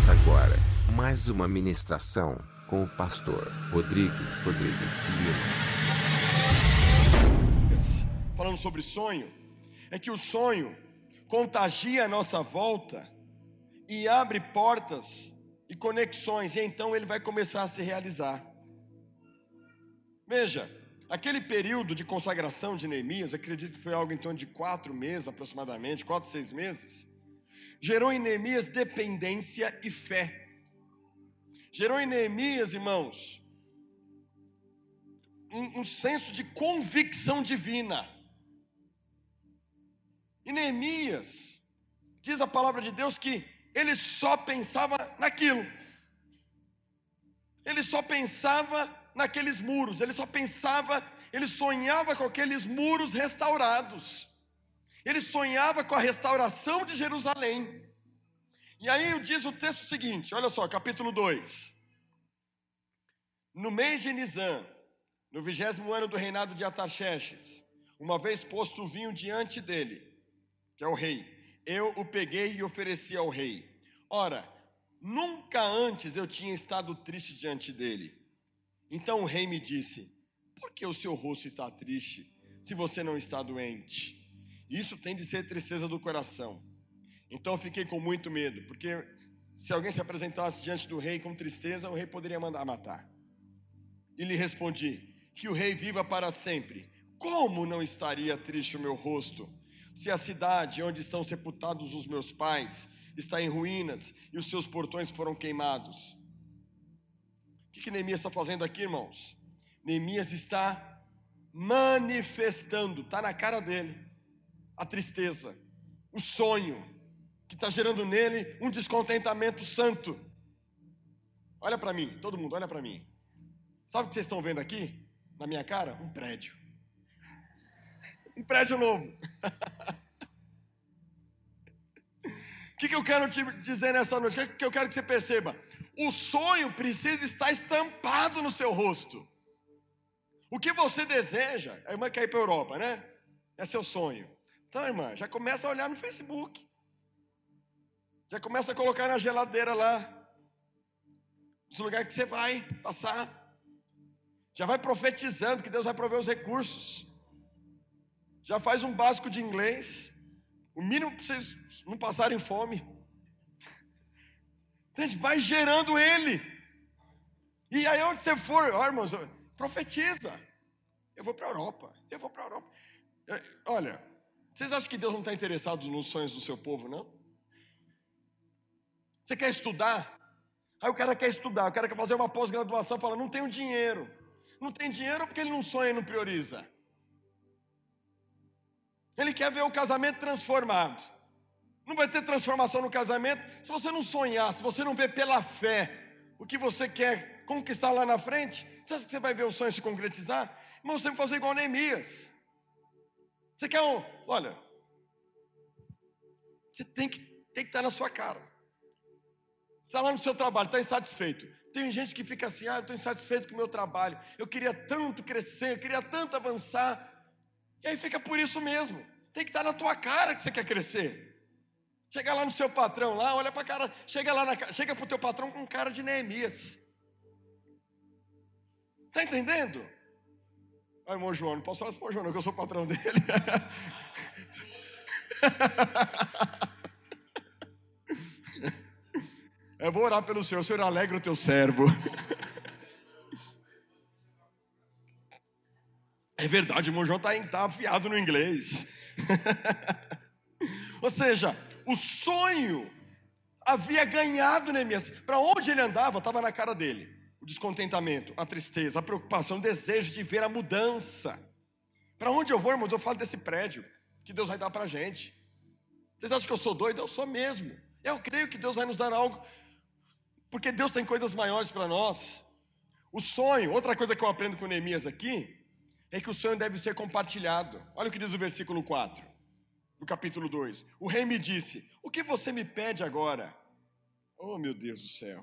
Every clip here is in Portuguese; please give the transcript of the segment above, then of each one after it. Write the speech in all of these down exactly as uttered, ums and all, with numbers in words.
Começa agora mais uma ministração com o pastor Rodrigo Rodrigues Lima. Falando sobre sonho, é que o sonho contagia a nossa volta e abre portas e conexões, e então ele vai começar a se realizar. Veja, aquele período de consagração de Neemias, acredito que foi algo em torno de quatro meses aproximadamente, quatro, seis meses, gerou em Neemias dependência e fé. Gerou em Neemias, irmãos, um, um senso de convicção divina. E Neemias, diz a palavra de Deus que ele só pensava naquilo. Ele só pensava naqueles muros, ele só pensava, ele sonhava com aqueles muros restaurados. Ele sonhava com a restauração de Jerusalém. E aí diz o texto seguinte, olha só, capítulo dois. No mês de Nisan, no vigésimo ano do reinado de Artaxerxes, uma vez posto o vinho diante dele, que é o rei, eu o peguei e ofereci ao rei. Ora, nunca antes eu tinha estado triste diante dele. Então o rei me disse, por que o seu rosto está triste, se você não está doente? Isso tem de ser tristeza do coração. Então eu fiquei com muito medo, porque se alguém se apresentasse diante do rei com tristeza, o rei poderia mandar matar. E lhe respondi, que o rei viva para sempre. Como não estaria triste o meu rosto, se a cidade onde estão sepultados os meus pais está em ruínas e os seus portões foram queimados? O que, que Neemias está fazendo aqui, irmãos? Neemias está manifestando, está na cara dele, a tristeza, o sonho, que está gerando nele um descontentamento santo. Olha para mim, todo mundo, olha para mim. Sabe o que vocês estão vendo aqui, na minha cara? Um prédio. Um prédio novo. O que, que eu quero te dizer nessa noite? O que, que eu quero que você perceba? O sonho precisa estar estampado no seu rosto. O que você deseja, a irmã quer ir para a Europa, né? É seu sonho. Então, irmã, já começa a olhar no Facebook. Já começa a colocar na geladeira lá, nos lugares que você vai passar. Já vai profetizando que Deus vai prover os recursos. Já faz um básico de inglês. O mínimo para vocês não passarem fome. Entende? Vai gerando ele. E aí onde você for, ó, irmãos, profetiza. Eu vou para a Europa. Eu vou para a Europa. Olha, vocês acham que Deus não está interessado nos sonhos do seu povo, não? Você quer estudar? Aí o cara quer estudar, o cara quer fazer uma pós-graduação, fala, não tenho dinheiro. Não tem dinheiro porque ele não sonha e não prioriza. Ele quer ver o casamento transformado. Não vai ter transformação no casamento se você não sonhar, se você não ver pela fé o que você quer conquistar lá na frente. Você acha que você vai ver o sonho se concretizar? Irmão, você tem que fazer igual Neemias. Você quer um... Olha, você tem que, tem que estar na sua cara. Você está lá no seu trabalho, está insatisfeito. Tem gente que fica assim, ah, eu estou insatisfeito com o meu trabalho. Eu queria tanto crescer, eu queria tanto avançar. E aí fica por isso mesmo. Tem que estar na tua cara que você quer crescer. Chega lá no seu patrão, lá, olha para a cara, chega lá, na, chega para o teu patrão com cara de Neemias. Está entendendo? Ai, irmão João, não posso falar isso para o João, não, que eu sou o patrão dele. Eu vou orar pelo Senhor, o Senhor alegra o teu servo. É verdade, o irmão João está tá afiado no inglês. Ou seja, o sonho havia ganhado Neemias. Para onde ele andava, estava na cara dele. O descontentamento, a tristeza, a preocupação, o desejo de ver a mudança. Para onde eu vou, irmãos, eu falo desse prédio que Deus vai dar para a gente. Vocês acham que eu sou doido? Eu sou mesmo. Eu creio que Deus vai nos dar algo, porque Deus tem coisas maiores para nós. O sonho, outra coisa que eu aprendo com Neemias aqui, é que o sonho deve ser compartilhado. Olha o que diz o versículo quatro, do capítulo dois. O rei me disse, o que você me pede agora? Oh, meu Deus do céu.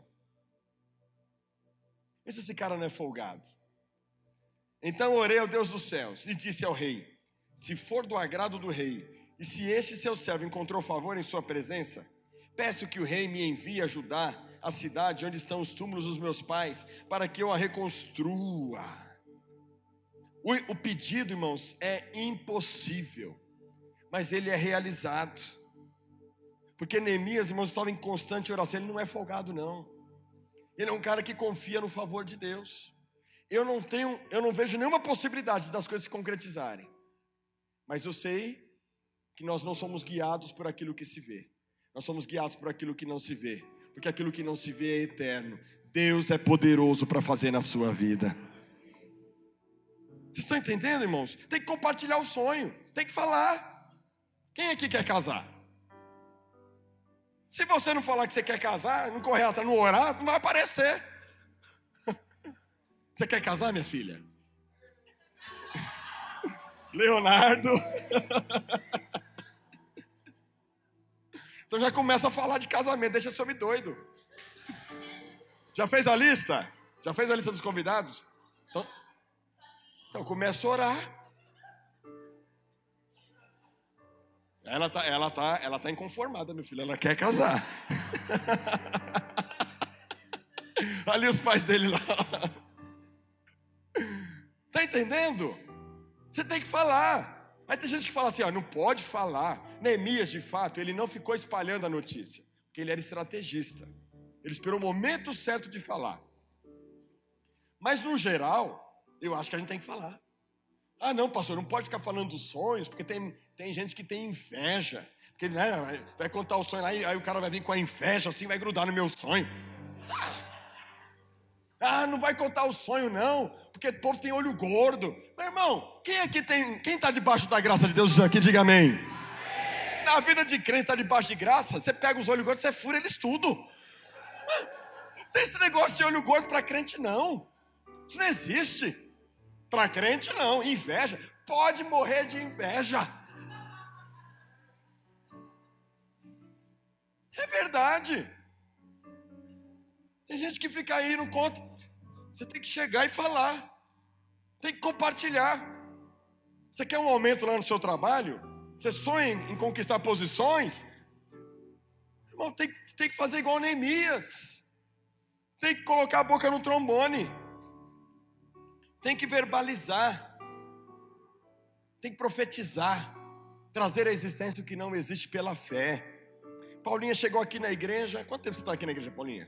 Vê se esse cara não é folgado. Então orei ao Deus dos céus e disse ao rei, se for do agrado do rei, e se este seu servo encontrou favor em sua presença, peço que o rei me envie a Judá a cidade onde estão os túmulos dos meus pais, para que eu a reconstrua. O, o pedido, irmãos, é impossível, mas ele é realizado. Porque Neemias, irmãos, estava em constante oração. Ele não é folgado, não. Ele é um cara que confia no favor de Deus. Eu não tenho, eu não vejo nenhuma possibilidade das coisas se concretizarem. Mas eu sei que nós não somos guiados por aquilo que se vê. Nós somos guiados por aquilo que não se vê. Porque aquilo que não se vê é eterno. Deus é poderoso para fazer na sua vida. Vocês estão entendendo, irmãos? Tem que compartilhar o sonho. Tem que falar. Quem aqui quer casar? Se você não falar que você quer casar, não correr atrás, não orar, não vai aparecer. Você quer casar, minha filha? Leonardo. Então já começa a falar de casamento, deixa esse homem doido. Já fez a lista? Já fez a lista dos convidados? Então, então começa a orar. Ela tá, ela tá, ela tá inconformada, meu filho. Ela quer casar. Ali os pais dele lá. Tá entendendo? Você tem que falar. Aí tem gente que fala assim, ó, não pode falar. Neemias, de fato, ele não ficou espalhando a notícia, porque ele era estrategista. Ele esperou o momento certo de falar. Mas no geral, eu acho que a gente tem que falar. Ah, não, pastor, não pode ficar falando dos sonhos, porque tem, tem gente que tem inveja. Porque né, vai, vai contar o sonho lá, e aí o cara vai vir com a inveja assim, vai grudar no meu sonho. Ah, não vai contar o sonho não, porque o povo tem olho gordo. Meu irmão, quem aqui tem, quem está debaixo da graça de Deus aqui, diga amém. Amém. Na vida de crente está debaixo de graça, você pega os olhos gordos, você fura eles tudo. Não tem esse negócio de olho gordo para crente não. Isso não existe. Para crente não, inveja, pode morrer de inveja. É verdade. Tem gente que fica aí, não conta. Você tem que chegar e falar. Tem que compartilhar. Você quer um aumento lá no seu trabalho? Você sonha em conquistar posições? Irmão, tem, tem que fazer igual Neemias. Tem que colocar a boca no trombone. Tem que verbalizar. Tem que profetizar. Trazer à existência o que não existe pela fé. Paulinha chegou aqui na igreja. Quanto tempo você está aqui na igreja, Paulinha?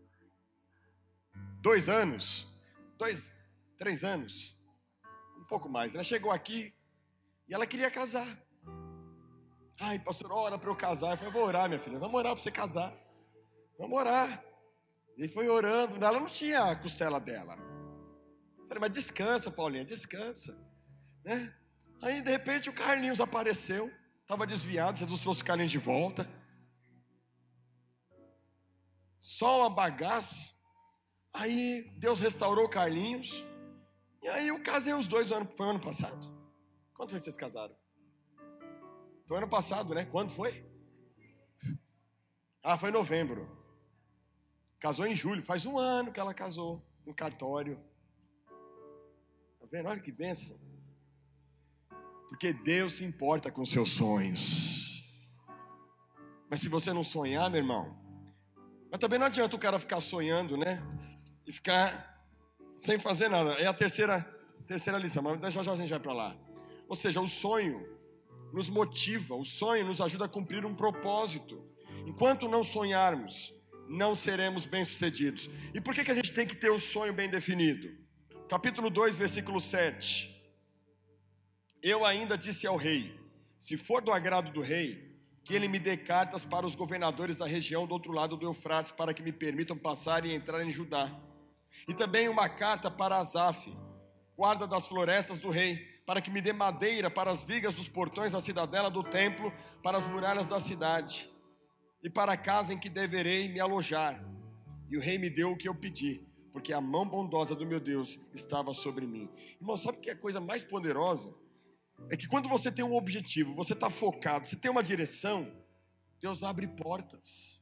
Dois anos? Dois, três anos? Um pouco mais. Ela chegou aqui e ela queria casar. Ai, pastor, ora para eu casar. Eu falei, vou orar, minha filha. Vamos orar para você casar. Vamos orar. E foi orando. Ela não tinha a costela dela. Eu falei, mas descansa, Paulinha, descansa. Né? Aí, de repente, o Carlinhos apareceu. Estava desviado. Jesus trouxe o Carlinhos de volta. Só uma bagaço. Aí Deus restaurou o Carlinhos. E aí eu casei os dois, foi ano passado. Quando foi que vocês casaram? Foi ano passado, né? Quando foi? Ah, foi em novembro. Casou em julho, faz um ano que ela casou no cartório. Tá vendo? Olha que bênção. Porque Deus se importa com seus sonhos. Mas se você não sonhar, meu irmão, mas também não adianta o cara ficar sonhando, né? E ficar sem fazer nada. É a terceira, terceira lição, mas deixa já a gente vai para lá. Ou seja, o sonho nos motiva, o sonho nos ajuda a cumprir um propósito. Enquanto não sonharmos, não seremos bem-sucedidos. E por que, que a gente tem que ter o sonho bem definido? Capítulo dois, versículo sete. Eu ainda disse ao rei, se for do agrado do rei, que ele me dê cartas para os governadores da região do outro lado do Eufrates, para que me permitam passar e entrar em Judá. E também uma carta para Asaf, guarda das florestas do rei, para que me dê madeira para as vigas dos portões da cidadela do templo, para as muralhas da cidade, e para a casa em que deverei me alojar. E o rei me deu o que eu pedi, porque a mão bondosa do meu Deus estava sobre mim. Irmão, sabe o que é a coisa mais poderosa? É que quando você tem um objetivo, você está focado, você tem uma direção, Deus abre portas.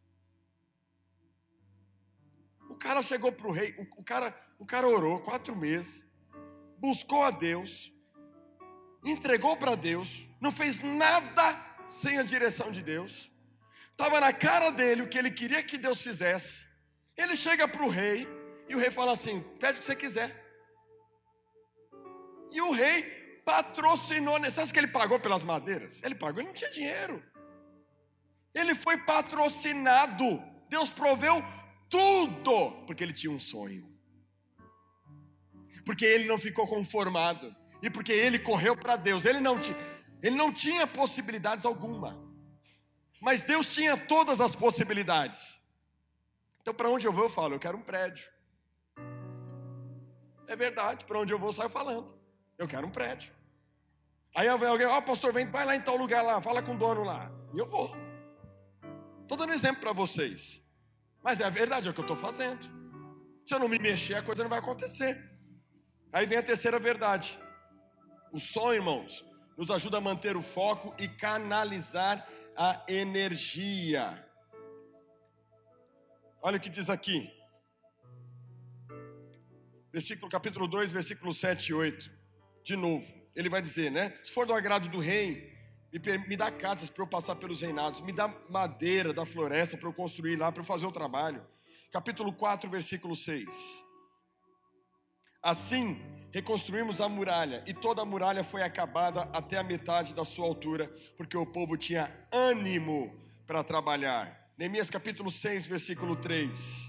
O cara chegou para o rei, o, o, cara, o cara orou quatro meses, buscou a Deus, entregou para Deus, não fez nada sem a direção de Deus, estava na cara dele o que ele queria que Deus fizesse, Ele chega para o rei e o rei fala assim: pede o que você quiser. E o rei patrocinou. Você acha que ele pagou pelas madeiras? Ele pagou, ele não tinha dinheiro. Ele foi patrocinado. Deus proveu tudo, porque ele tinha um sonho. Porque ele não ficou conformado. E porque ele correu para Deus. Ele não, tinha, ele não tinha possibilidades alguma. Mas Deus tinha todas as possibilidades. Então para onde eu vou eu falo, eu quero um prédio. É verdade, para onde eu vou eu saio falando. Eu quero um prédio. Aí alguém, ó, oh, pastor, vem, vai lá em tal lugar lá, fala com o dono lá. E eu vou. Estou dando exemplo para vocês. Mas é a verdade, é o que eu estou fazendo. Se eu não me mexer, a coisa não vai acontecer. Aí vem a terceira verdade. O sonho, irmãos, nos ajuda a manter o foco e canalizar a energia. Olha o que diz aqui. Versículo, capítulo dois, versículo sete e oito. De novo, ele vai dizer, né? Se for do agrado do rei, me, me dá cartas para eu passar pelos reinados. Me dá madeira da floresta para eu construir lá, para eu fazer o trabalho. Capítulo quatro, versículo seis. Assim, reconstruímos a muralha, e toda a muralha foi acabada até a metade da sua altura, porque o povo tinha ânimo para trabalhar. Neemias capítulo seis, versículo três.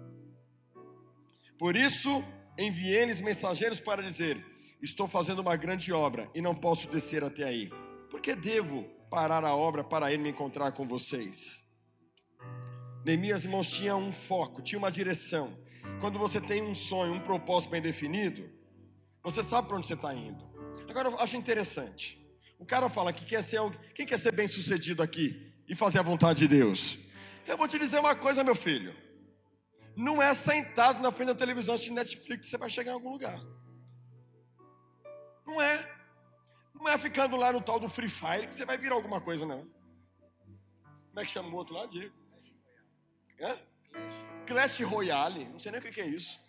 Por isso, enviei-lhes mensageiros para dizer: estou fazendo uma grande obra e não posso descer até aí. Por que devo parar a obra para ir me encontrar com vocês? Neemias, irmãos, tinha um foco, tinha uma direção. Quando você tem um sonho, um propósito bem definido, você sabe para onde você está indo. Agora eu acho interessante. O cara fala que quer ser, quem quer ser bem sucedido aqui e fazer a vontade de Deus? Eu vou te dizer uma coisa, meu filho. Não é sentado na frente da televisão de Netflix que você vai chegar em algum lugar. Não é. Não é ficando lá no tal do Free Fire que você vai virar alguma coisa, não. Como é que chama o outro lá, Diego? É? Clash Royale. Não sei nem o que é isso.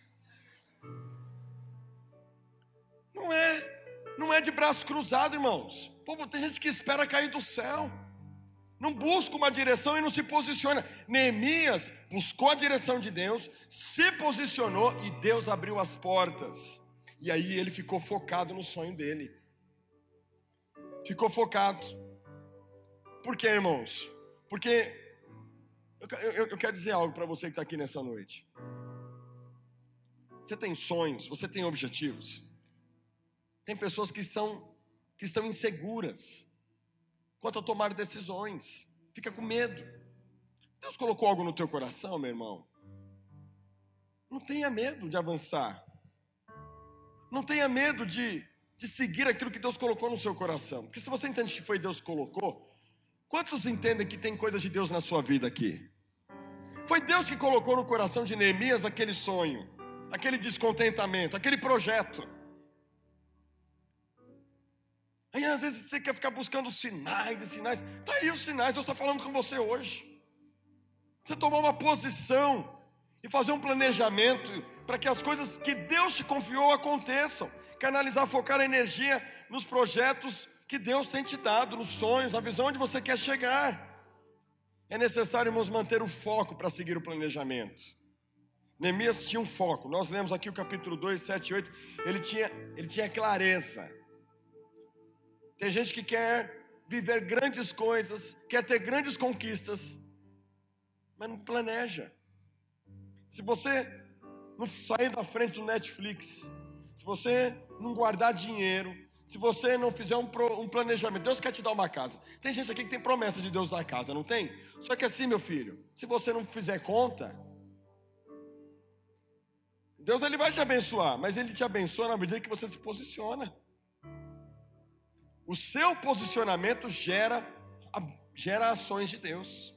Não é. Não é de braço cruzado, irmãos. Pô, tem gente que espera cair do céu. Não busca uma direção e não se posiciona. Neemias buscou a direção de Deus, se posicionou e Deus abriu as portas. E aí ele ficou focado no sonho dele. Ficou focado. Por quê, irmãos? Porque eu, eu, eu quero dizer algo para você que está aqui nessa noite. Você tem sonhos, você tem objetivos. Tem pessoas que são, que estão inseguras quanto a tomar decisões, fica com medo. Deus colocou algo no teu coração, meu irmão. Não tenha medo de avançar. Não tenha medo de, de seguir aquilo que Deus colocou no seu coração. Porque se você entende que foi Deus que colocou, quantos entendem que tem coisas de Deus na sua vida aqui? Foi Deus que colocou no coração de Neemias aquele sonho, aquele descontentamento, aquele projeto. Aí às vezes você quer ficar buscando sinais e sinais. Está aí os sinais, Deus está falando com você hoje. Você tomar uma posição e fazer um planejamento para que as coisas que Deus te confiou aconteçam. Canalizar, focar a energia nos projetos que Deus tem te dado, nos sonhos, a visão onde você quer chegar. É necessário, irmãos, manter o foco para seguir o planejamento. Neemias tinha um foco. Nós lemos aqui o capítulo dois, sete e oito. Ele tinha, ele tinha clareza. Tem gente que quer viver grandes coisas, quer ter grandes conquistas, mas não planeja. Se você não sair da frente do Netflix, se você não guardar dinheiro, se você não fizer um, pro, um planejamento, Deus quer te dar uma casa. Tem gente aqui que tem promessa de Deus dar casa, não tem? Só que assim, meu filho, se você não fizer conta, Deus ele vai te abençoar, mas Ele te abençoa na medida que você se posiciona. O seu posicionamento gera, gera ações de Deus.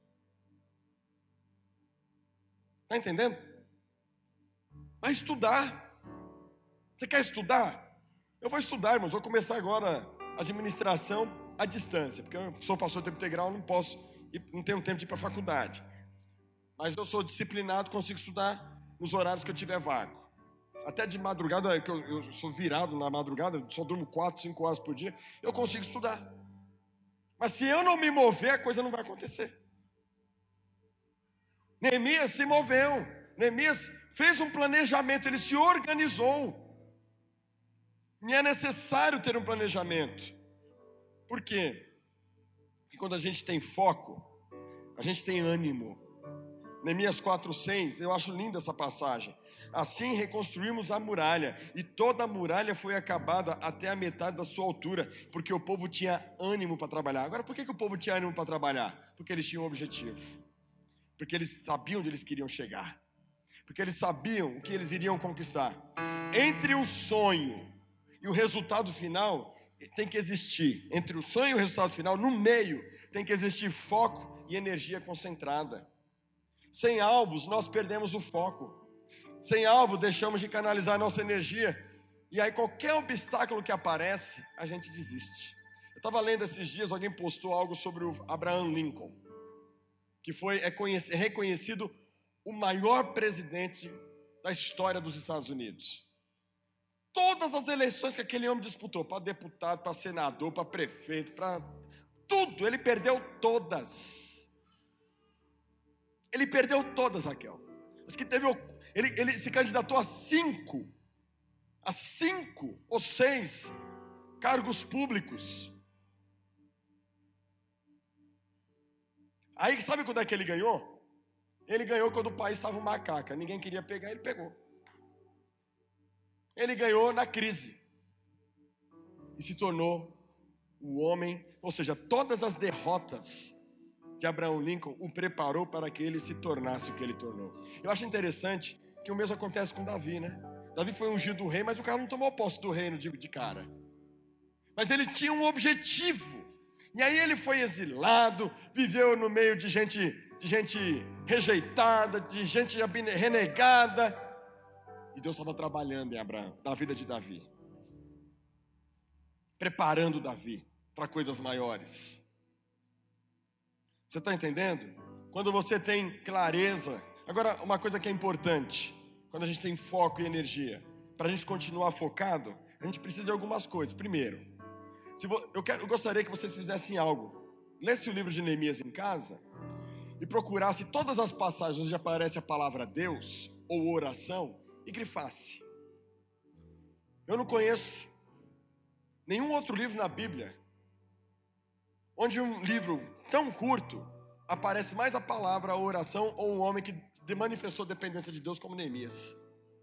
Está entendendo? Vai estudar. Você quer estudar? Eu vou estudar, irmãos. Vou começar agora a administração à distância. Porque eu sou pastor de tempo integral, não posso, não tenho tempo de ir para a faculdade. Mas eu sou disciplinado, consigo estudar nos horários que eu tiver vago. Até de madrugada, que eu, eu sou virado na madrugada, só durmo quatro, cinco horas por dia, eu consigo estudar. Mas se eu não me mover, a coisa não vai acontecer. Neemias se moveu, Neemias fez um planejamento, ele se organizou. E é necessário ter um planejamento. Por quê? Porque quando a gente tem foco, a gente tem ânimo. Neemias quatro, seis, eu acho linda essa passagem. Assim reconstruímos a muralha, e toda a muralha foi acabada até a metade da sua altura, porque o povo tinha ânimo para trabalhar. Agora, por que, que o povo tinha ânimo para trabalhar? Porque eles tinham um objetivo. Porque eles sabiam onde eles queriam chegar. Porque eles sabiam o que eles iriam conquistar. Entre o sonho e o resultado final, tem que existir. Entre o sonho e o resultado final, no meio, tem que existir foco e energia concentrada. Sem alvos, nós perdemos o foco. Sem alvo, deixamos de canalizar a nossa energia. E aí, qualquer obstáculo que aparece, a gente desiste. Eu estava lendo esses dias, alguém postou algo sobre o Abraham Lincoln, que foi, é, conhecido, é reconhecido o maior presidente da história dos Estados Unidos. Todas as eleições que aquele homem disputou, para deputado, para senador, para prefeito, para tudo, ele perdeu todas. Ele perdeu todas, Raquel. Acho que teve, ele, ele se candidatou a cinco, a cinco ou seis cargos públicos. Aí, sabe quando é que ele ganhou? Ele ganhou quando o país estava uma macaca, ninguém queria pegar, ele pegou. Ele ganhou na crise e se tornou o homem, ou seja, todas as derrotas de Abraham Lincoln o preparou para que ele se tornasse o que ele tornou. Eu acho interessante que o mesmo acontece com Davi, né? Davi foi ungido rei, mas o cara não tomou posse do reino de, de cara. Mas ele tinha um objetivo. E aí ele foi exilado, viveu no meio de gente, de gente rejeitada, de gente renegada. E Deus estava trabalhando em Abraão, na vida de Davi. Preparando Davi para coisas maiores. Você está entendendo? Quando você tem clareza. Agora, uma coisa que é importante, quando a gente tem foco e energia, para a gente continuar focado, a gente precisa de algumas coisas. Primeiro, se vo, eu, quero, eu gostaria que vocês fizessem algo. Lesse o livro de Neemias em casa e procurasse todas as passagens onde aparece a palavra Deus ou oração e grifasse. Eu não conheço nenhum outro livro na Bíblia onde um livro tão curto aparece mais a palavra, a oração ou um homem que manifestou dependência de Deus como Neemias.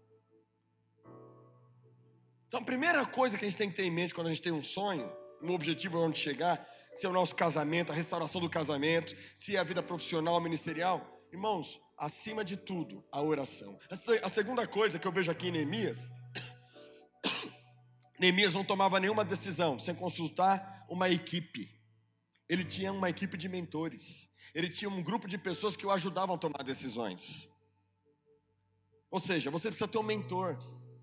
Então a primeira coisa que a gente tem que ter em mente quando a gente tem um sonho, um objetivo onde chegar, se é o nosso casamento, a restauração do casamento, se é a vida profissional, ministerial, irmãos, acima de tudo, a oração. A segunda coisa que eu vejo aqui em Neemias, Neemias não tomava nenhuma decisão sem consultar uma equipe. Ele tinha uma equipe de mentores. Ele tinha um grupo de pessoas que o ajudavam a tomar decisões. Ou seja, você precisa ter um mentor.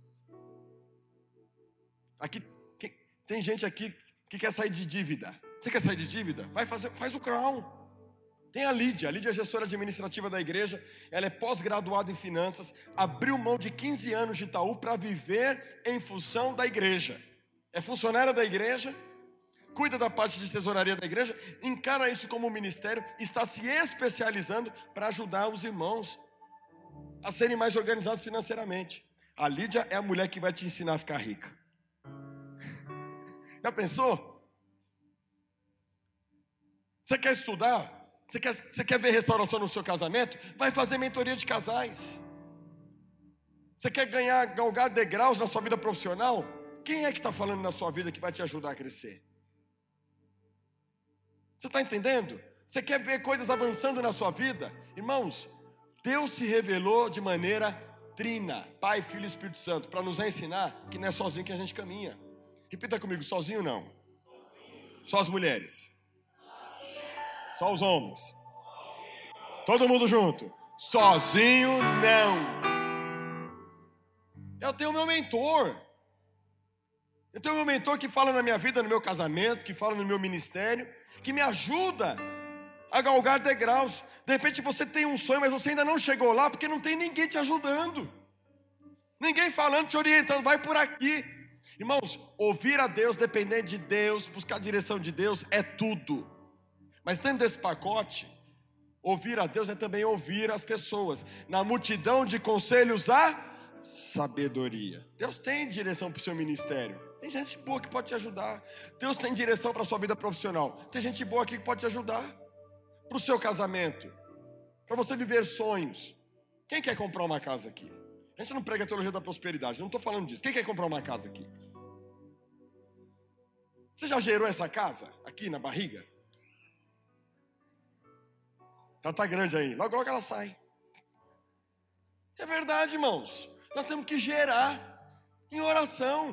Aqui, tem gente aqui que quer sair de dívida. Você quer sair de dívida? Vai fazer, faz o Crown. Tem a Lídia, a Lídia é gestora administrativa da igreja, ela é pós-graduada em finanças, abriu mão de quinze anos de Itaú para viver em função da igreja. É funcionária da igreja, cuida da parte de tesouraria da igreja, encara isso como um ministério, está se especializando para ajudar os irmãos a serem mais organizados financeiramente. A Lídia é a mulher que vai te ensinar a ficar rica. Já pensou? Você quer estudar? Você quer, você quer ver restauração no seu casamento? Vai fazer mentoria de casais. Você quer ganhar, galgar degraus na sua vida profissional? Quem é que está falando na sua vida que vai te ajudar a crescer? Você está entendendo? Você quer ver coisas avançando na sua vida? Irmãos, Deus se revelou de maneira trina, Pai, Filho e Espírito Santo, para nos ensinar que não é sozinho que a gente caminha. Repita comigo, sozinho não. Só as mulheres. Só os homens. Todo mundo junto. Sozinho não. Eu tenho meu mentor. Eu tenho meu mentor que fala na minha vida, no meu casamento, que fala no meu ministério, que me ajuda a galgar degraus. De repente você tem um sonho, mas você ainda não chegou lá, porque não tem ninguém te ajudando. Ninguém falando, te orientando, vai por aqui. Irmãos, ouvir a Deus, depender de Deus, buscar a direção de Deus, é tudo. Mas dentro desse pacote, Ouvir a Deus é também ouvir as pessoas. Na multidão de conselhos há sabedoria. Deus tem direção para o seu ministério. Tem gente boa que pode te ajudar. Deus tem direção para a sua vida profissional. Tem gente boa aqui que pode te ajudar. Para o seu casamento. Para você viver sonhos. Quem quer comprar uma casa aqui? A gente não prega a teologia da prosperidade. Não estou falando disso. Quem quer comprar uma casa aqui? Você já gerou essa casa? Aqui na barriga? Já está grande aí. Logo, logo ela sai. É verdade, irmãos. Nós temos que gerar em oração.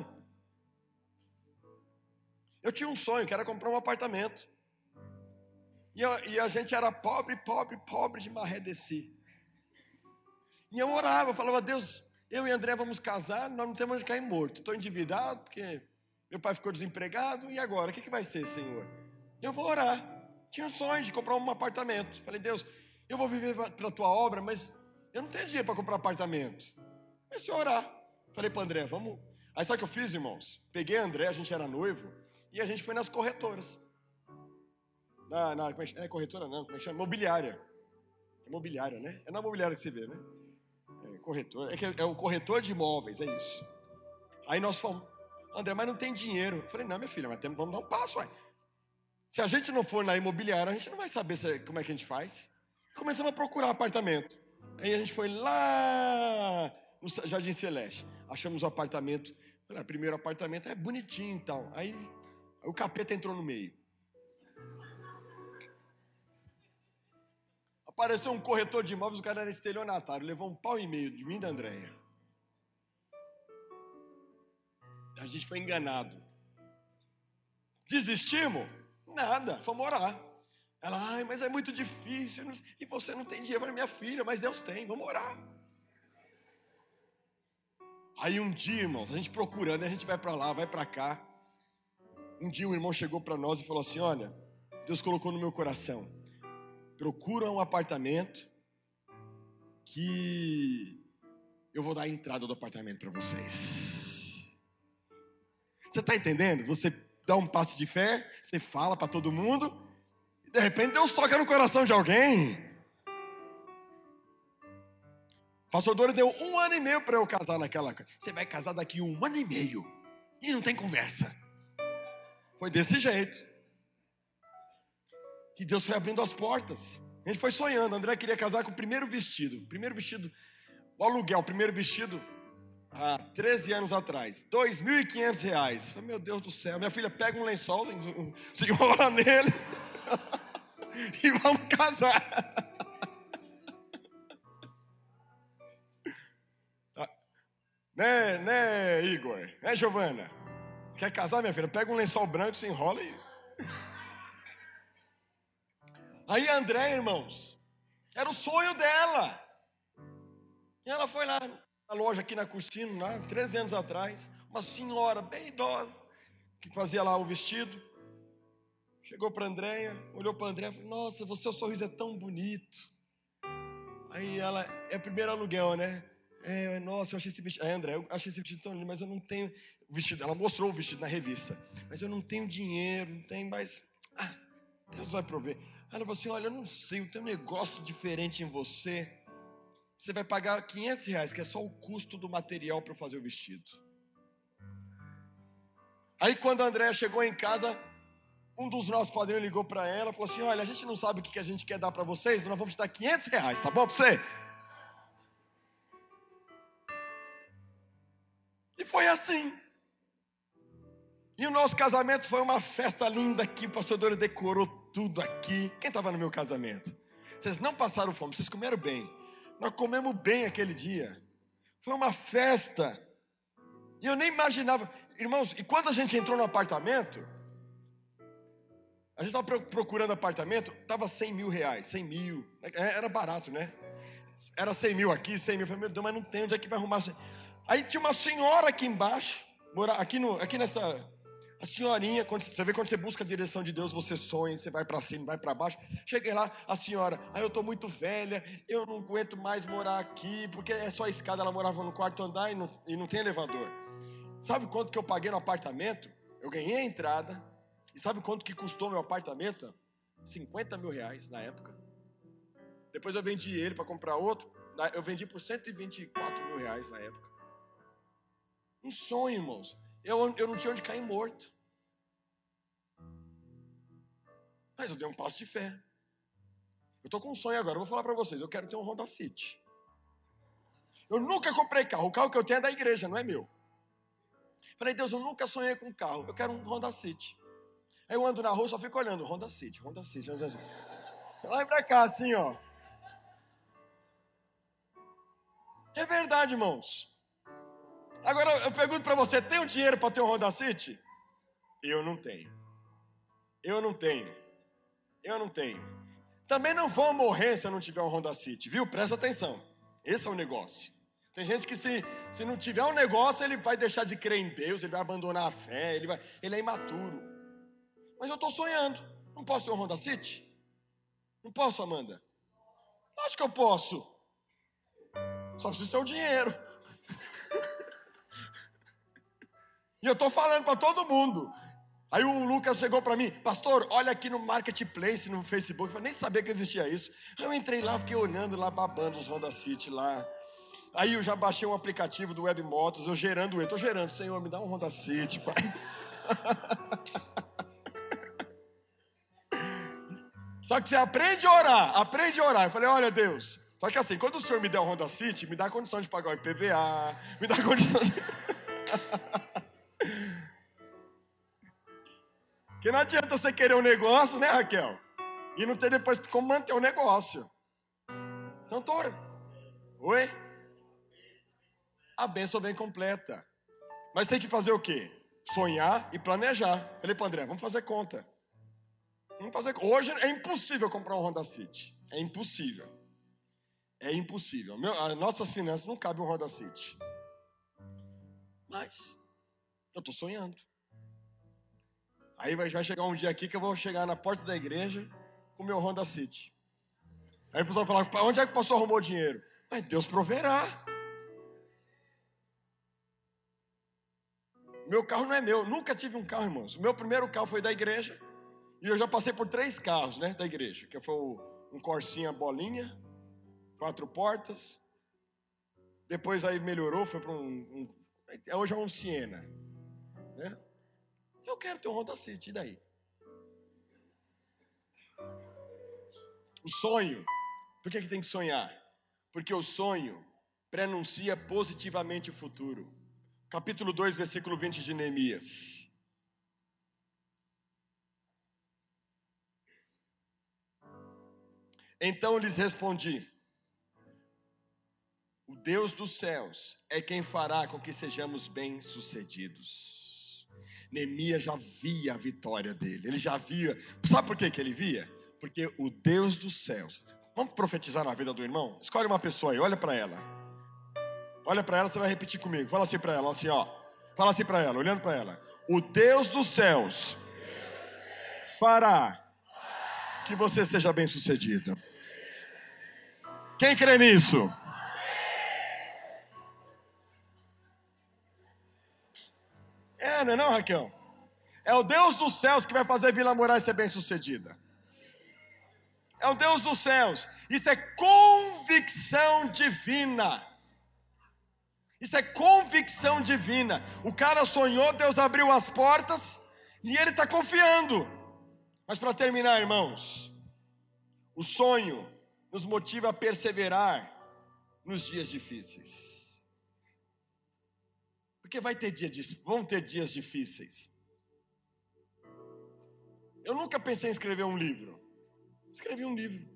Eu tinha um sonho, que era comprar um apartamento. E, eu, e a gente era pobre, pobre, pobre de maré descer. E eu orava, eu falava, Deus, eu e André vamos casar, nós não temos onde cair morto. Estou endividado, porque meu pai ficou desempregado, e agora? O que, que vai ser, Senhor? Eu vou orar. Tinha um sonho de comprar um apartamento. Falei, Deus, eu vou viver para a tua obra, mas eu não tenho dinheiro para comprar apartamento. Comecei a orar. Falei para André, vamos... Aí sabe o que eu fiz, irmãos? Peguei André, a gente era noivo, e a gente foi nas corretoras. Na, na, como é, é corretora não, como é que chama? Mobiliária. É mobiliária, né? É na mobiliária que você vê, né? É corretora. É, que é o corretor de imóveis, é isso. Aí nós fomos, André, mas não tem dinheiro. Eu falei, não, minha filha, mas temos, vamos dar um passo, ué. Se a gente não for na imobiliária, a gente não vai saber se, como é que a gente faz. Começamos a procurar apartamento. Aí a gente foi lá no Jardim Celeste. Achamos o apartamento. Falei, ah, primeiro apartamento é bonitinho e tal. Aí, aí o capeta entrou no meio. Apareceu um corretor de imóveis, o cara era estelionatário. Levou um pau e meio de mim e da Andréia. A gente foi enganado. Desistimos? Nada, fomos orar. Ela, ai, mas é muito difícil. E você não tem dinheiro para minha filha, mas Deus tem, vamos orar. Aí um dia, irmãos, a gente procurando, a gente vai para lá, vai para cá. Um dia um irmão chegou para nós e falou assim, olha, Deus colocou no meu coração, procura um apartamento que eu vou dar a entrada do apartamento para vocês. Você está entendendo? Você dá um passo de fé, você fala para todo mundo, e de repente Deus toca no coração de alguém. O pastor Dori deu um ano e meio para eu casar naquela casa. Você vai casar daqui um ano e meio. E não tem conversa. Foi desse jeito. Que Deus foi abrindo as portas. A gente foi sonhando. André queria casar com o primeiro vestido. Primeiro vestido, o aluguel, o primeiro vestido, há treze anos atrás. dois mil e quinhentos reais. Falei, meu Deus do céu. Minha filha pega um lençol, se enrola nele e vamos casar. Né, né, Igor? Né, Giovana? Quer casar, minha filha? Pega um lençol branco, se enrola e... Aí a André, irmãos, era o sonho dela. E ela foi lá na loja aqui na Cursino, lá, treze anos atrás, uma senhora bem idosa, que fazia lá o vestido. Chegou para a Andréia, olhou para a Andréia e falou, nossa, você, seu sorriso é tão bonito. Aí ela, é o primeiro aluguel, né? É, nossa, eu achei esse vestido. Aí, André, eu achei esse vestido tão lindo, mas eu não tenho vestido. Ela mostrou o vestido na revista. Mas eu não tenho dinheiro, não tenho mais. Ah, Deus vai prover. Aí ela falou assim: olha, eu não sei, eu tenho um negócio diferente em você. Você vai pagar quinhentos reais, que é só o custo do material para eu fazer o vestido. Aí, quando a Andréia chegou em casa, um dos nossos padrinhos ligou para ela e falou assim: olha, a gente não sabe o que a gente quer dar para vocês, nós vamos te dar quinhentos reais, tá bom para você? E foi assim. E o nosso casamento foi uma festa linda aqui, o pastor Dori decorou tudo aqui. Quem estava no meu casamento? Vocês não passaram fome, vocês comeram bem. Nós comemos bem aquele dia. Foi uma festa. E eu nem imaginava. Irmãos, e quando a gente entrou no apartamento, a gente estava procurando apartamento, estava cem mil reais, cem mil. Era barato, né? Era cem mil aqui, cem mil. Eu falei, meu Deus, mas não tem onde é que vai arrumar. Aí tinha uma senhora aqui embaixo, aqui, no, aqui nessa... A senhorinha, quando, você vê quando você busca a direção de Deus, você sonha, você vai para cima, vai para baixo. Cheguei lá, a senhora, aí eu estou muito velha, eu não aguento mais morar aqui, porque é só escada, ela morava no quarto andar e não, e não tem elevador. Sabe quanto que eu paguei no apartamento? Eu ganhei a entrada, e sabe quanto que custou meu apartamento? cinquenta mil reais na época. Depois eu vendi ele para comprar outro. Eu vendi por cento e vinte e quatro mil reais na época. Um sonho, irmãos. Eu, eu não tinha onde cair morto. Mas eu dei um passo de fé. Eu estou com um sonho agora. Eu vou falar para vocês. Eu quero ter um Honda City. Eu nunca comprei carro. O carro que eu tenho é da igreja, não é meu. Falei, Deus, eu nunca sonhei com carro. Eu quero um Honda City. Aí eu ando na rua, só fico olhando. Honda City, Honda City. Honda City. Lá e pra cá, assim, ó. É verdade, irmãos. Agora eu pergunto para você, tem o dinheiro para ter um Honda City? Eu não tenho. Eu não tenho. Eu não tenho. Também não vou morrer se eu não tiver um Honda City, viu? Presta atenção. Esse é o negócio. Tem gente que se, se não tiver um negócio, ele vai deixar de crer em Deus, ele vai abandonar a fé, ele, vai, ele é imaturo. Mas eu estou sonhando. Não posso ter um Honda City? Não posso, Amanda? Acho que eu posso. Só preciso ter o dinheiro. E eu estou falando para todo mundo. Aí o Lucas chegou para mim, pastor, olha aqui no Marketplace, no Facebook. Eu nem sabia que existia isso. Aí eu entrei lá, fiquei olhando lá, babando os Honda City lá. Aí eu já baixei um aplicativo do Web Motos, eu gerando ele. Estou gerando, Senhor, me dá um Honda City, pai. Só que você aprende a orar, aprende a orar. Eu falei, olha Deus, só que assim, quando o Senhor me der um Honda City, me dá condição de pagar o I P V A, me dá condição de... Porque não adianta você querer um negócio, né, Raquel? E não ter depois como manter o negócio. Então, tô orando. Oi? A bênção vem completa. Mas tem que fazer o quê? Sonhar e planejar. Falei para o André, vamos fazer conta. Vamos fazer. Hoje é impossível comprar um Honda City. É impossível. É impossível. Meu, as nossas finanças não cabem um Honda City. Mas eu estou sonhando. Aí vai, vai chegar um dia aqui que eu vou chegar na porta da igreja com o meu Honda City. Aí o pessoal vai falar, onde é que o pastor arrumou dinheiro? Mas Deus proverá. Meu carro não é meu. Nunca tive um carro, irmãos. O meu primeiro carro foi da igreja. E eu já passei por três carros, né, da igreja. Que foi um Corsinha bolinha, quatro portas. Depois aí melhorou, foi para um, um... Hoje é um Siena, né? Eu quero ter um Honda City, e daí? O sonho. Por que que tem que sonhar? Porque o sonho prenuncia positivamente o futuro. Capítulo dois, versículo vinte de Neemias. Então lhes respondi: o Deus dos céus é quem fará com que sejamos bem-sucedidos. Neemias já via a vitória dele, ele já via. Sabe por que que ele via? Porque o Deus dos céus. Vamos profetizar na vida do irmão? Escolhe uma pessoa aí, olha para ela. Olha para ela, você vai repetir comigo. Fala assim para ela, assim ó. Fala assim para ela, olhando para ela. O Deus dos céus fará que você seja bem-sucedido. Quem crê nisso? É, não é não, Raquel? É o Deus dos céus que vai fazer Vila Moraes ser bem-sucedida. É o Deus dos céus. Isso é convicção divina. Isso é convicção divina. O cara sonhou, Deus abriu as portas e ele está confiando. Mas para terminar, irmãos, o sonho nos motiva a perseverar nos dias difíceis. Porque vai ter dia, vão ter dias difíceis. Eu nunca pensei em escrever um livro. Escrevi um livro.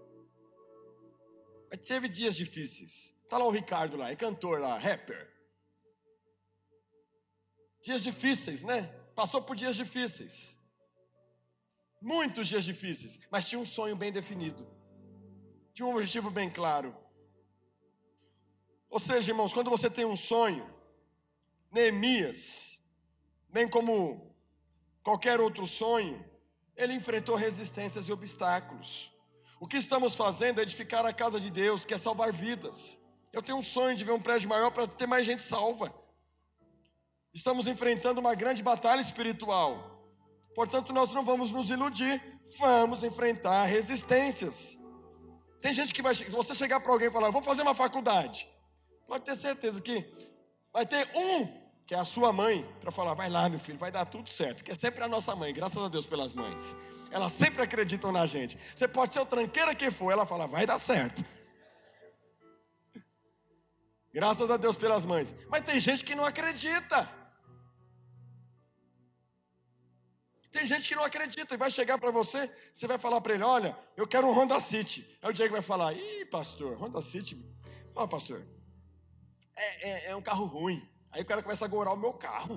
Mas teve dias difíceis. Está lá o Ricardo lá, é cantor lá, rapper. Dias difíceis, né? Passou por dias difíceis. Muitos dias difíceis. Mas tinha um sonho bem definido. Tinha um objetivo bem claro. Ou seja, irmãos, quando você tem um sonho, Neemias, bem como qualquer outro sonho, ele enfrentou resistências e obstáculos. O que estamos fazendo é edificar a casa de Deus, que é salvar vidas. Eu tenho um sonho de ver um prédio maior para ter mais gente salva. Estamos enfrentando uma grande batalha espiritual. Portanto, nós não vamos nos iludir, vamos enfrentar resistências. Tem gente que vai, se você chegar para alguém e falar, eu vou fazer uma faculdade, pode ter certeza que vai ter um, que é a sua mãe, para falar, vai lá meu filho, vai dar tudo certo, que é sempre a nossa mãe, graças a Deus pelas mães. Elas sempre acreditam na gente. Você pode ser o tranqueira que for, ela fala, vai dar certo. Graças a Deus pelas mães. Mas tem gente que não acredita. Tem gente que não acredita e vai chegar para você, você vai falar para ele, olha, eu quero um Honda City. Aí o Diego vai falar, ih, pastor, Honda City, ó, pastor, é, é, é um carro ruim. Aí o cara começa a gorar o meu carro.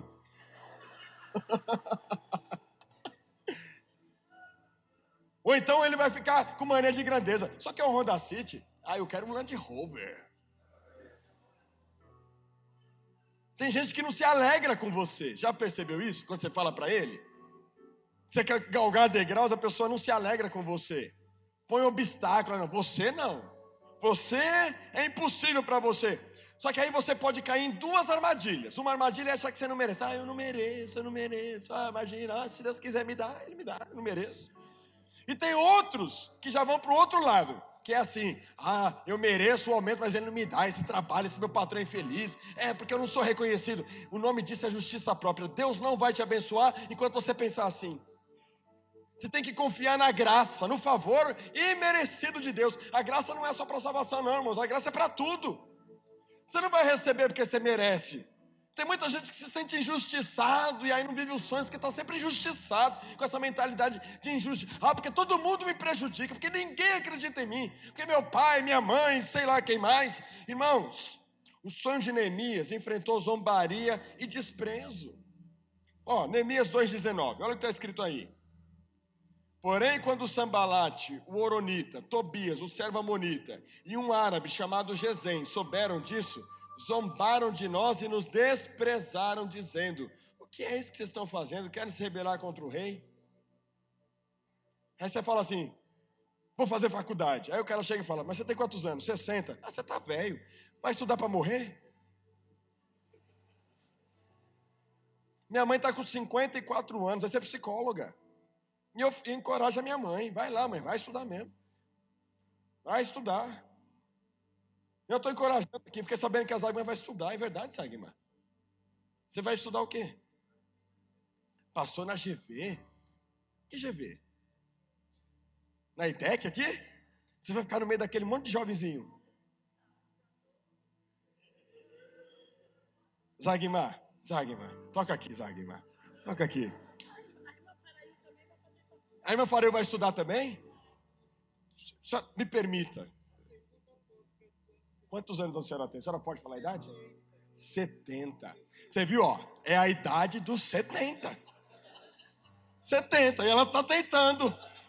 Ou então ele vai ficar com mania de grandeza. Só que é um Honda City. Ah, eu quero um Land Rover. Tem gente que não se alegra com você. Já percebeu isso? Quando você fala para ele? Você quer galgar degraus, a pessoa não se alegra com você. Põe obstáculo. Não. Você não. Você é impossível para você. Só que aí você pode cair em duas armadilhas. Uma armadilha é achar que você não merece. Ah, eu não mereço, eu não mereço. Ah, imagina, ah, se Deus quiser me dar, Ele me dá, eu não mereço. E tem outros que já vão para o outro lado, que é assim, ah, eu mereço o aumento, mas ele não me dá esse trabalho, esse meu patrão é infeliz, é porque eu não sou reconhecido. O nome disso é justiça própria. Deus não vai te abençoar enquanto você pensar assim. Você tem que confiar na graça, no favor imerecido de Deus. A graça não é só para salvação não, irmãos, a graça é para tudo. Você não vai receber porque você merece. Tem muita gente que se sente injustiçado e aí não vive os sonhos porque está sempre injustiçado, com essa mentalidade de injustiça. Ah, porque todo mundo me prejudica, porque ninguém acredita em mim, porque meu pai, minha mãe, sei lá quem mais. Irmãos, o sonho de Neemias enfrentou zombaria e desprezo. Ó, Neemias dois, dezenove, olha o que está escrito aí. Porém, quando Sambalate, o Horonita, Tobias, o servo amonita, e um árabe chamado Gesem souberam disso, zombaram de nós e nos desprezaram, dizendo, o que é isso que vocês estão fazendo? Querem se rebelar contra o rei? Aí você fala assim, vou fazer faculdade. Aí o cara chega e fala, mas você tem quantos anos? sessenta. Ah, você está velho. Vai estudar para morrer? Minha mãe está com cinquenta e quatro anos, vai ser psicóloga. E eu encorajo a minha mãe, vai lá mãe, vai estudar mesmo. Vai estudar. Eu estou encorajando aqui, fiquei sabendo que a Zagma vai estudar, é verdade, Zagma? Você vai estudar o quê? Passou na G V? Que G V? Na I D E C aqui? Você vai ficar no meio daquele monte de jovenzinho. Zagma, Zagma, toca aqui, Zagma. Toca aqui. A irmã Fareu vai estudar também? Só me permita. Quantos anos a senhora tem? A senhora pode falar a idade? setenta. Você viu, ó? É a idade dos setenta. setenta. E ela está tentando.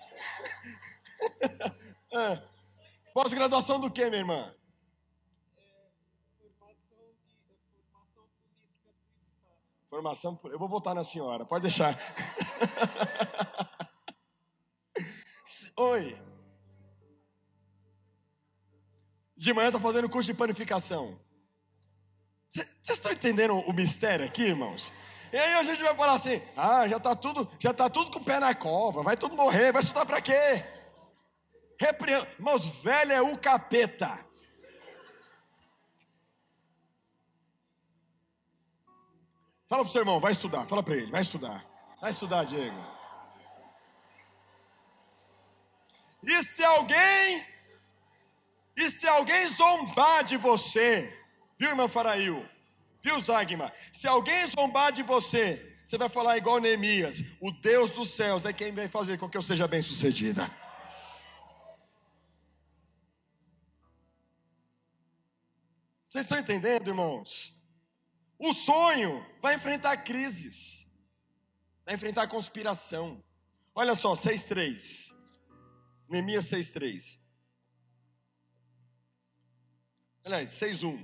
É. Pós-graduação do quê, minha irmã? Formação política do Estado. Formação. Eu vou votar na senhora. Pode deixar. Oi. De manhã está fazendo curso de panificação. Vocês estão entendendo o mistério aqui, irmãos? E aí a gente vai falar assim, ah, já está tudo, já tá tudo com o pé na cova, vai tudo morrer, vai estudar para quê? Repreenda. Irmãos, velho é o capeta. Fala pro seu irmão, vai estudar, fala para ele, vai estudar. Vai estudar, Diego. E se alguém, e se alguém zombar de você, viu, irmã Farail? Viu, Zagma? Se alguém zombar de você, você vai falar igual Neemias, o Deus dos céus é quem vai fazer com que eu seja bem sucedida. Vocês estão entendendo, irmãos? O sonho vai enfrentar crises, vai enfrentar conspiração. Olha só, seis três. Neemias seis três. Aliás, seis um.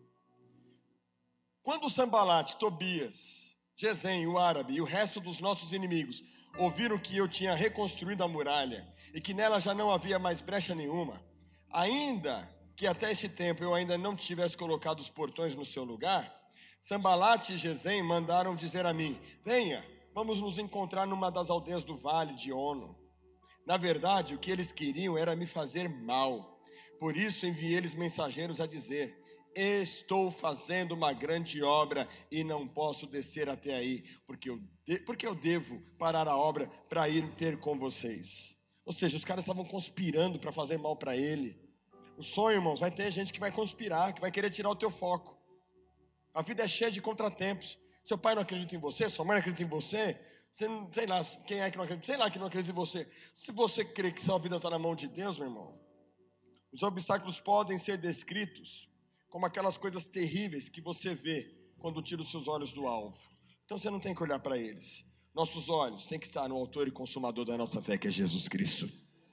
Quando Sambalate, Tobias, Gesem, o árabe e o resto dos nossos inimigos ouviram que eu tinha reconstruído a muralha e que nela já não havia mais brecha nenhuma, ainda que até este tempo eu ainda não tivesse colocado os portões no seu lugar, Sambalate e Gesem mandaram dizer a mim, venha, vamos nos encontrar numa das aldeias do vale de Ono. Na verdade, o que eles queriam era me fazer mal, Por isso enviei-lhes mensageiros a dizer: estou fazendo uma grande obra e não posso descer até aí, porque eu, de, porque eu devo parar a obra para ir ter com vocês. Ou seja, os caras estavam conspirando para fazer mal para ele. O sonho, irmãos, vai ter gente que vai conspirar, que vai querer tirar o teu foco. A vida é cheia de contratempos. Seu pai não acredita em você, sua mãe não acredita em você, você não, sei lá, quem é que não acredita, sei lá que não acredita em você. Se você crê que sua vida está na mão de Deus, meu irmão, os obstáculos podem ser descritos como aquelas coisas terríveis que você vê quando tira os seus olhos do alvo. Então você não tem que olhar para eles. Nossos olhos têm que estar no autor e consumador da nossa fé, que é Jesus Cristo.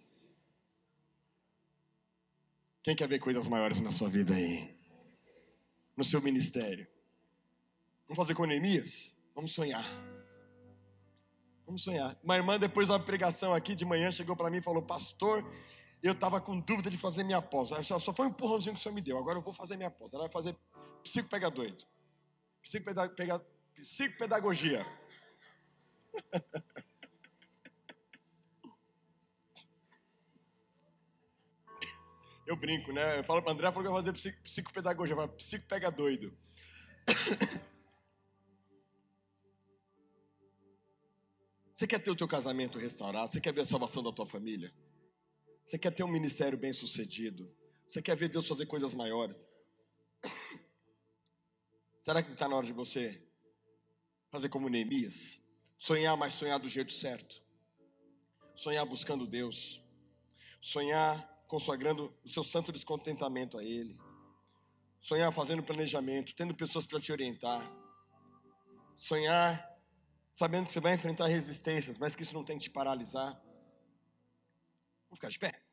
Quem quer ver coisas maiores na sua vida aí? No seu ministério? Vamos fazer com Neemias? Vamos sonhar. Vamos sonhar. Uma irmã, depois da pregação aqui de manhã, chegou para mim e falou: pastor, eu estava com dúvida de fazer minha pós. Só, só foi um empurrãozinho que o senhor me deu. Agora eu vou fazer minha pós. Ela vai fazer psicopega doido. Psicopeda, psicopedagogia. Eu brinco, né? Eu falo para André, falou que vai fazer psicopedagogia. Eu falo, psicopega doido. Você quer ter o teu casamento restaurado? Você quer ver a salvação da tua família? Você quer ter um ministério bem sucedido? Você quer ver Deus fazer coisas maiores? Será que não está na hora de você fazer como Neemias? Sonhar, mas sonhar do jeito certo. Sonhar buscando Deus. Sonhar consagrando o seu santo descontentamento a Ele. Sonhar fazendo planejamento, tendo pessoas para te orientar. Sonhar sabendo que você vai enfrentar resistências, mas que isso não tem que te paralisar. Vamos ficar de pé?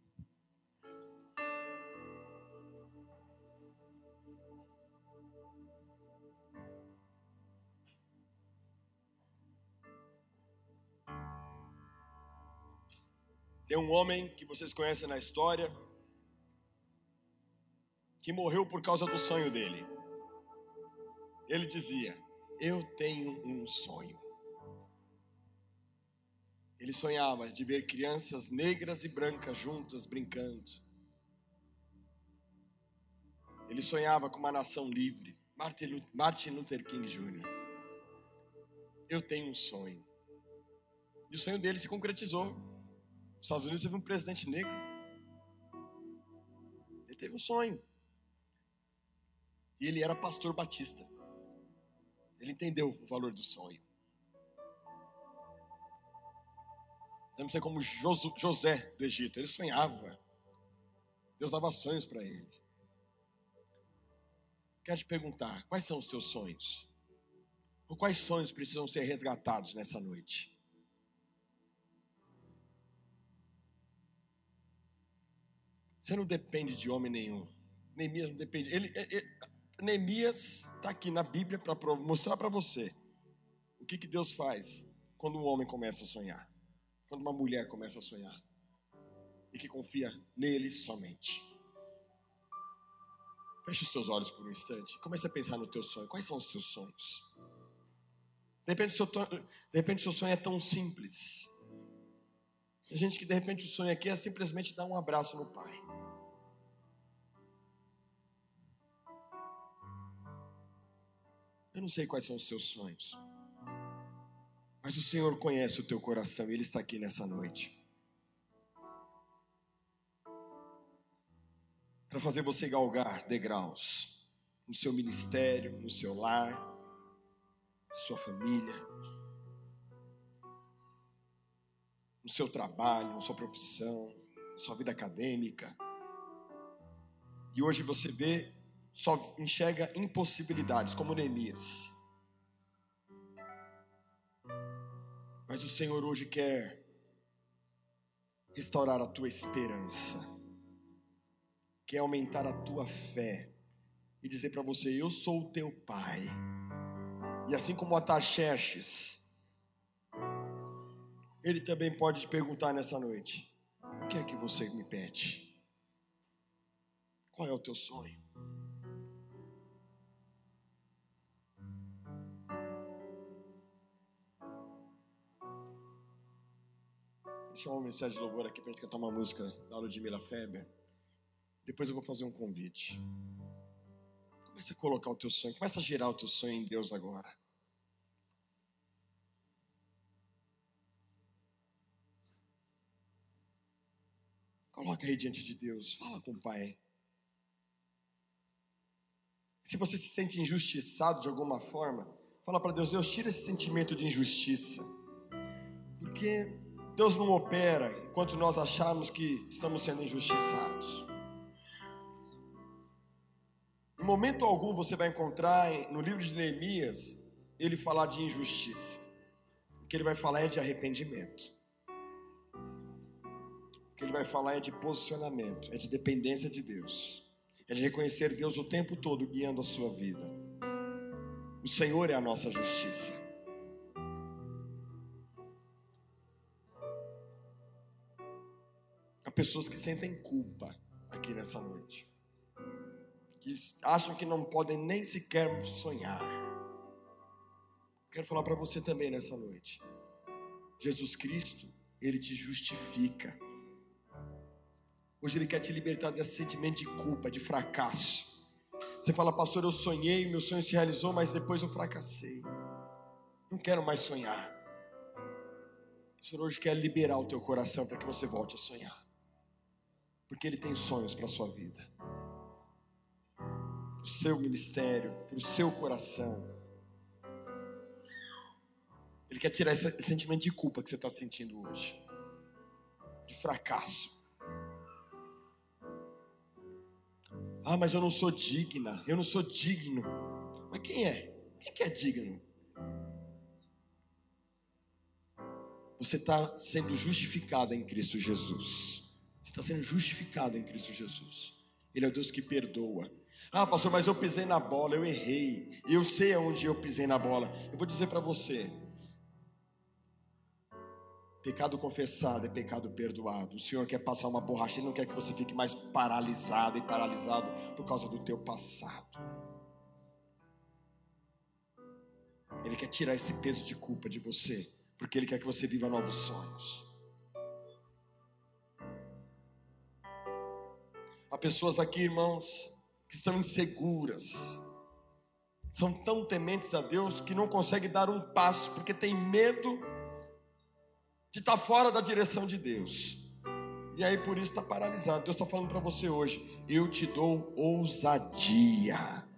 Tem um homem que vocês conhecem na história, que morreu por causa do sonho dele. Ele dizia: eu tenho um sonho. Ele sonhava de ver crianças negras e brancas juntas brincando. Ele sonhava com uma nação livre. Martin Luther King Júnior Eu tenho um sonho. E o sonho dele se concretizou. Nos Estados Unidos teve um presidente negro. Ele teve um sonho. E ele era pastor batista. Ele entendeu o valor do sonho. Deve ser como José do Egito. Ele sonhava. Deus dava sonhos para ele. Quero te perguntar, quais são os teus sonhos? Ou quais sonhos precisam ser resgatados nessa noite? Você não depende de homem nenhum. Neemias não depende. Ele, ele, Neemias está aqui na Bíblia para mostrar para você o que, que Deus faz quando um homem começa a sonhar. Quando uma mulher começa a sonhar. E que confia nele somente. Feche os teus olhos por um instante. Comece a pensar no teu sonho. Quais são os teus sonhos? De repente o seu, de repente, o seu sonho é tão simples. Tem gente que de repente o sonho aqui é simplesmente dar um abraço no pai. Eu não sei quais são os teus sonhos. Mas o Senhor conhece o teu coração e Ele está aqui nessa noite. Para fazer você galgar degraus no seu ministério, no seu lar, na sua família, no seu trabalho, na sua profissão, na sua vida acadêmica. E hoje você vê, só enxerga impossibilidades, como Neemias. Mas o Senhor hoje quer restaurar a tua esperança. Quer aumentar a tua fé e dizer para você: eu sou o teu pai. E assim como Artaxerxes, ele também pode te perguntar nessa noite: o que é que você me pede? Qual é o teu sonho? Deixa eu chamar uma mensagem de louvor aqui para a gente cantar uma música da Ludmila Feber. Depois eu vou fazer um convite. Começa a colocar o teu sonho, começa a girar o teu sonho em Deus agora. Coloca aí diante de Deus, fala com o Pai. Se você se sente injustiçado de alguma forma, fala para Deus, Deus, tira esse sentimento de injustiça. Porque Deus não opera enquanto nós achamos que estamos sendo injustiçados. Em momento algum você vai encontrar no livro de Neemias, ele falar de injustiça. O que ele vai falar é de arrependimento. O que ele vai falar é de posicionamento, é de dependência de Deus. É de reconhecer Deus o tempo todo guiando a sua vida. O Senhor é a nossa justiça. Há pessoas que sentem culpa aqui nessa noite, que acham que não podem nem sequer sonhar. Quero falar para você também nessa noite. Jesus Cristo, Ele te justifica. Hoje Ele quer te libertar desse sentimento de culpa, de fracasso. Você fala, pastor, eu sonhei, meu sonho se realizou, mas depois eu fracassei. Não quero mais sonhar. O Senhor hoje quer liberar o teu coração para que você volte a sonhar. Porque Ele tem sonhos para a sua vida. Para o seu ministério, para o seu coração. Ele quer tirar esse sentimento de culpa que você está sentindo hoje. De fracasso. Ah, mas eu não sou digna, eu não sou digno. Mas quem é? Quem que é digno? Você está sendo justificado em Cristo Jesus. Você está sendo justificado em Cristo Jesus. Ele é o Deus que perdoa. Ah, pastor, mas eu pisei na bola, eu errei. E eu sei aonde eu pisei na bola. Eu vou dizer para você. Pecado confessado é pecado perdoado. O Senhor quer passar uma borracha, Ele não quer que você fique mais paralisado e paralisado por causa do teu passado. Ele quer tirar esse peso de culpa de você, porque Ele quer que você viva novos sonhos. Há pessoas aqui, irmãos, que estão inseguras, são tão tementes a Deus que não conseguem dar um passo, porque tem medo de estar fora da direção de Deus. E aí por isso está paralisado. Deus está falando para você hoje, eu te dou ousadia.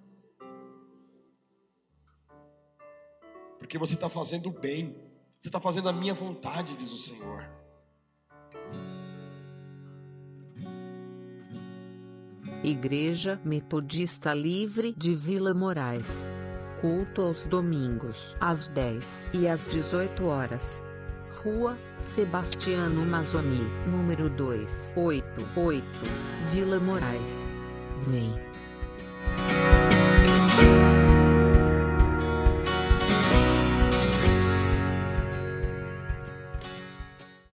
Porque você está fazendo o bem. Você está fazendo a minha vontade, diz o Senhor. Igreja Metodista Livre de Vila Moraes. Culto aos domingos, às dez e às dezoito horas. Rua Sebastiano Mazzoni, número duzentos e oitenta e oito, Vila Moraes. Vem.